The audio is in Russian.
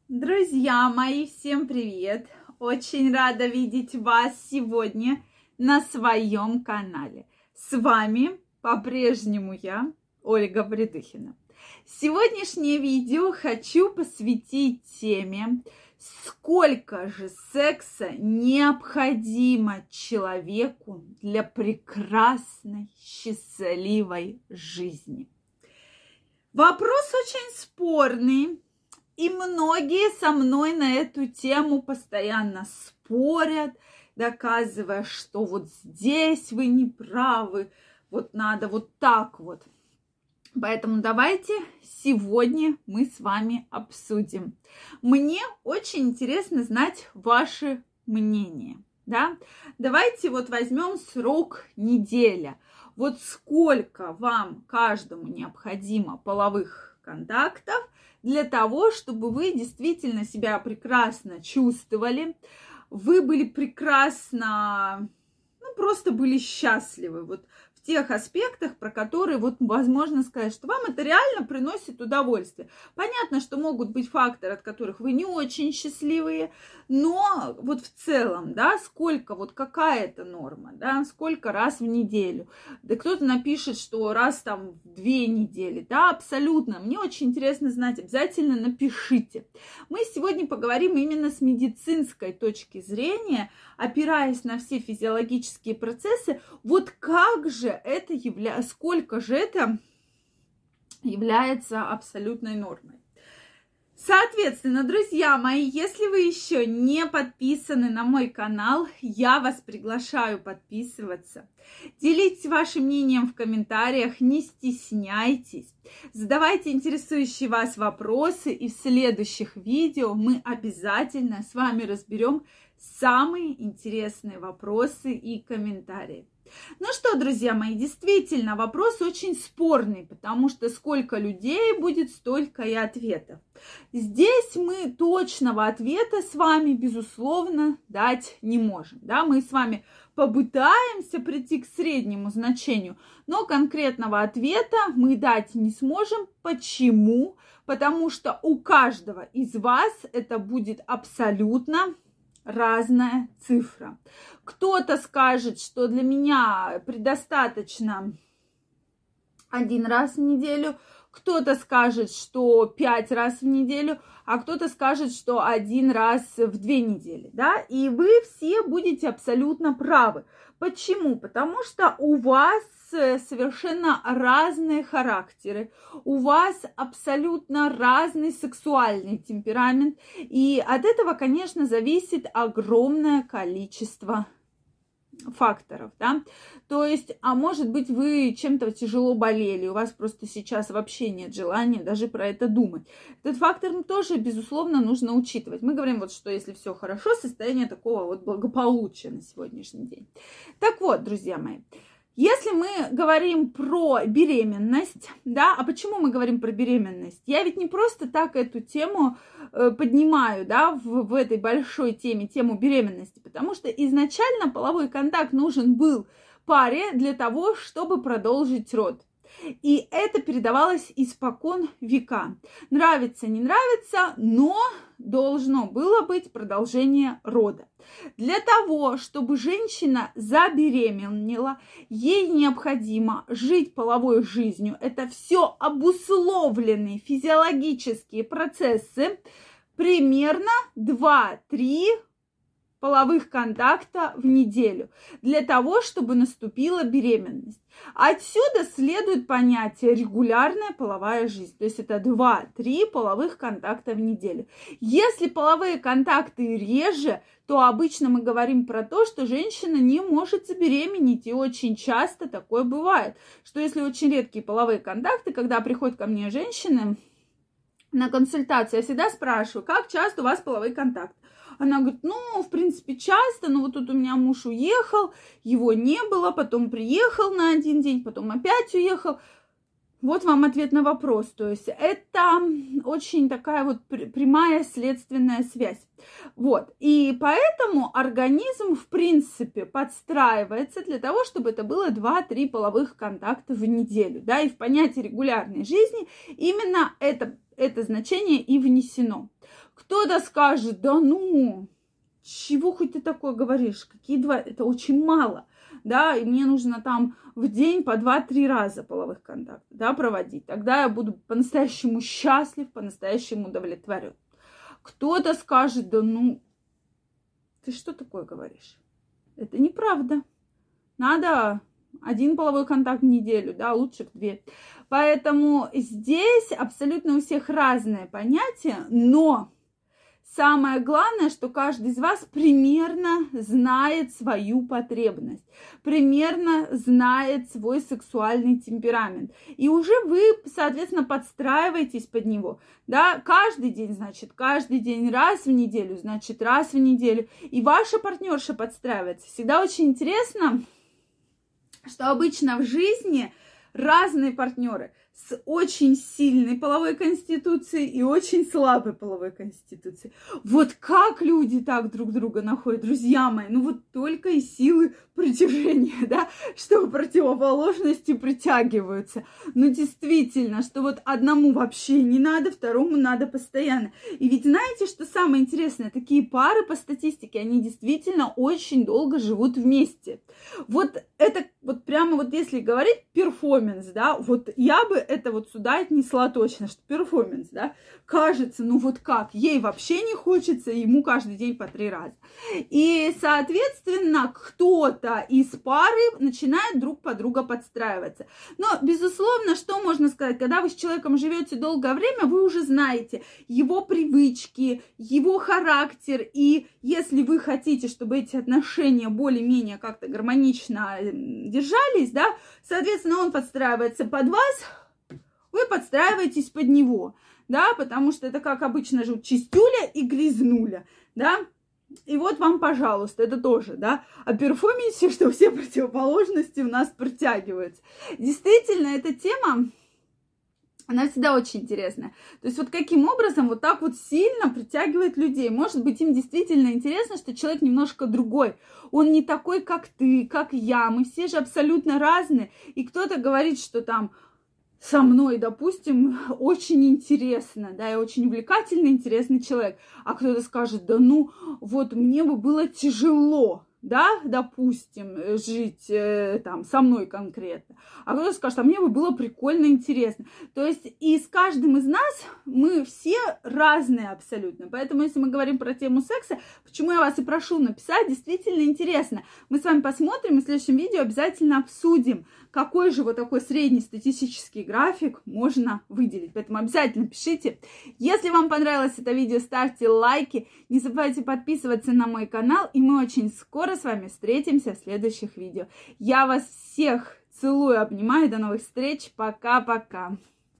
Друзья мои, всем привет! Очень рада видеть вас сегодня на своем канале. С вами по-прежнему я, Ольга Придухина. Сегодняшнее видео хочу посвятить теме, сколько же секса необходимо человеку для прекрасной, счастливой жизни. Вопрос очень спорный. И многие со мной на эту тему постоянно спорят, доказывая, что вот здесь вы не правы, вот надо вот так вот. Поэтому давайте сегодня мы с вами обсудим. Мне очень интересно знать ваше мнение. Да? Давайте вот возьмем срок неделя. Вот сколько вам каждому необходимо половых контактов для того, чтобы вы действительно себя прекрасно чувствовали, вы были прекрасно, просто были счастливы вот в тех аспектах, про которые вот возможно сказать, что вам это реально приносит удовольствие. Понятно, что могут быть факторы, от которых вы не очень счастливые, но вот в целом, да, сколько, вот какая это норма, да, сколько раз в неделю. Да кто-то напишет, что раз там в 2 недели, да, абсолютно. Мне очень интересно знать, обязательно напишите. Мы сегодня поговорим именно с медицинской точки зрения, опираясь на все физиологические процессы, вот как же это является, сколько же это является абсолютной нормой. Соответственно, друзья мои, если вы еще не подписаны на мой канал, я вас приглашаю подписываться. Делитесь вашим мнением в комментариях, не стесняйтесь. Задавайте интересующие вас вопросы, и в следующих видео мы обязательно с вами разберем самые интересные вопросы и комментарии. Ну что, друзья мои, действительно, вопрос очень спорный, потому что сколько людей будет, столько и ответов. Здесь мы точного ответа с вами, безусловно, дать не можем. Да? Мы с вами попытаемся прийти к среднему значению, но конкретного ответа мы дать не сможем. Почему? Потому что у каждого из вас это будет абсолютно разная цифра. Кто-то скажет, что для меня предостаточно 1 раз в неделю, кто-то скажет, что 5 раз в неделю, а кто-то скажет, что 1 раз в 2 недели. Да? И вы все будете абсолютно правы. Почему? Потому что у вас совершенно разные характеры, у вас абсолютно разный сексуальный темперамент, и от этого, конечно, зависит огромное количество факторов, да, то есть, а может быть, вы чем-то тяжело болели, у вас просто сейчас вообще нет желания даже про это думать. Этот фактор тоже, безусловно, нужно учитывать. Мы говорим вот, что если все хорошо, состояние такого вот благополучия на сегодняшний день. Так вот, друзья мои, если мы говорим про беременность, да, а почему мы говорим про беременность? Я ведь не просто так эту тему поднимаю, да, в этой большой теме, тему беременности, потому что изначально половой контакт нужен был паре для того, чтобы продолжить род. И это передавалось испокон века. Нравится, не нравится, но должно было быть продолжение рода. Для того, чтобы женщина забеременела, ей необходимо жить половой жизнью. Это все обусловленные физиологические процессы. Примерно 2-3 половых контакта в неделю для того, чтобы наступила беременность. Отсюда следует понятие регулярная половая жизнь. То есть это 2-3 половых контакта в неделю. Если половые контакты реже, то обычно мы говорим про то, что женщина не может забеременеть. И очень часто такое бывает, что если очень редкие половые контакты, когда приходят ко мне женщины на консультацию, я всегда спрашиваю, как часто у вас половые контакты. Она говорит, в принципе, часто, но вот тут у меня муж уехал, его не было, потом приехал на 1 день, потом опять уехал. Вот вам ответ на вопрос. То есть это очень такая вот прямая следственная связь. Вот. И поэтому организм, в принципе, подстраивается для того, чтобы это было 2-3 половых контакта в неделю. Да? И в понятие регулярной жизни именно это значение и внесено. Кто-то скажет, да ну, чего хоть ты такое говоришь? Какие 2? Это очень мало. Да, и мне нужно там в день по 2-3 раза половых контактов, да, проводить. Тогда я буду по-настоящему счастлив, по-настоящему удовлетворен. Кто-то скажет, да ну, ты что такое говоришь? Это неправда. Надо 1 половой контакт в неделю, да, лучше в 2. Поэтому здесь абсолютно у всех разные понятия, но самое главное, что каждый из вас примерно знает свою потребность, примерно знает свой сексуальный темперамент. И уже вы, соответственно, подстраиваетесь под него. Да? Каждый день, значит, каждый день, раз в неделю, значит, раз в неделю. И ваша партнерша подстраивается. Всегда очень интересно, что обычно в жизни разные партнеры с очень сильной половой конституцией и очень слабой половой конституцией. Вот как люди так друг друга находят, друзья мои, ну вот только из силы притяжения, да, что противоположности притягиваются. Ну действительно, что вот одному вообще не надо, второму надо постоянно. И ведь знаете, что самое интересное? Такие пары по статистике, они действительно очень долго живут вместе. Вот это вот прямо вот если говорить перформанс, да, вот я бы это вот сюда отнесла точно, что перформанс, да, кажется, ну вот как, ей вообще не хочется, ему каждый день по 3 раза. И, соответственно, кто-то из пары начинает друг под друга подстраиваться. Но, безусловно, что можно сказать, когда вы с человеком живете долгое время, вы уже знаете его привычки, его характер, и если вы хотите, чтобы эти отношения более-менее как-то гармонично держались, да, соответственно, он подстраивается под вас, вы подстраиваетесь под него, да, потому что это, как обычно живут, чистюля и грязнуля, да, и вот вам, пожалуйста, это тоже, да, о перформансе, что все противоположности у нас притягиваются. Действительно, эта тема, она всегда очень интересная. То есть вот каким образом вот так вот сильно притягивает людей. Может быть, им действительно интересно, что человек немножко другой. Он не такой, как ты, как я. Мы все же абсолютно разные. И кто-то говорит, что там со мной, допустим, очень интересно, да, я очень увлекательный, интересный человек. А кто-то скажет, да ну, вот мне бы было тяжело, да, допустим, жить там со мной конкретно. А кто-то скажет, а мне бы было прикольно, интересно. То есть и с каждым из нас мы все разные абсолютно. Поэтому, если мы говорим про тему секса, почему я вас и прошу написать, действительно интересно. Мы с вами посмотрим и в следующем видео обязательно обсудим, какой же вот такой среднестатистический график можно выделить. Поэтому обязательно пишите. Если вам понравилось это видео, ставьте лайки. Не забывайте подписываться на мой канал. И мы очень скоро с вами встретимся в следующих видео. Я вас всех целую, обнимаю. До новых встреч. Пока-пока.